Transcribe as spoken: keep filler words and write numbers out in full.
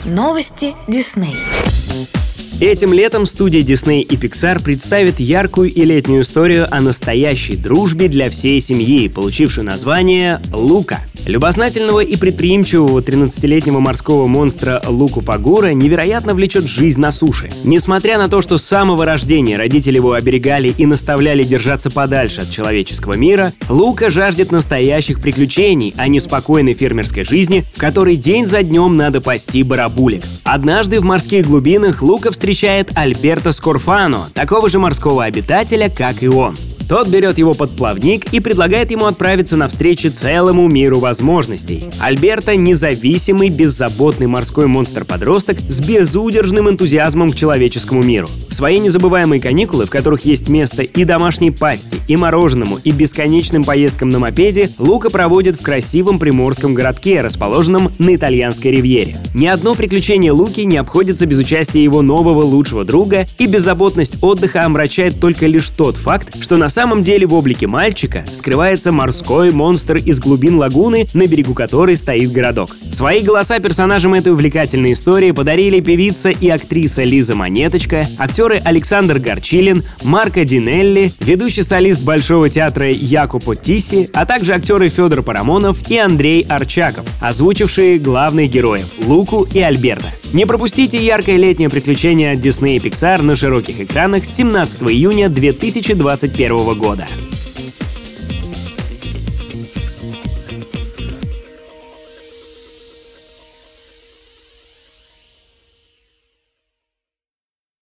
Новости Дисней. Этим летом студия Disney и Pixar представит яркую и летнюю историю о настоящей дружбе для всей семьи, получившей название «Лука». Любознательного и предприимчивого тринадцатилетнего морского монстра Луку Пагура невероятно влечет жизнь на суше. Несмотря на то, что с самого рождения родители его оберегали и наставляли держаться подальше от человеческого мира, Лука жаждет настоящих приключений, а не спокойной фермерской жизни, в которой день за днем надо пасти барабулек. Однажды в морских глубинах Лука встречает Альберто Скорфано, такого же морского обитателя, как и он. Тот берет его под плавник и предлагает ему отправиться навстречу целому миру возможностей. Альберто — независимый, беззаботный морской монстр-подросток с безудержным энтузиазмом к человеческому миру. Свои незабываемые каникулы, в которых есть место и домашней пасти, и мороженому, и бесконечным поездкам на мопеде, Лука проводит в красивом приморском городке, расположенном на итальянской ривьере. Ни одно приключение Луки не обходится без участия его нового лучшего друга, и беззаботность отдыха омрачает только лишь тот факт, что на самом деле в облике мальчика скрывается морской монстр из глубин лагуны, на берегу которой стоит городок. Свои голоса персонажам этой увлекательной истории подарили певица и актриса Лиза Монеточка, актеры Александр Горчилин, Марко Динелли, ведущий солист Большого театра Якупо Тисси, а также актеры Федор Парамонов и Андрей Арчаков, озвучившие главных героев Луку и Альберто. Не пропустите яркое летнее приключение от Disney и Pixar на широких экранах с семнадцатого июня две тысячи двадцать первого года.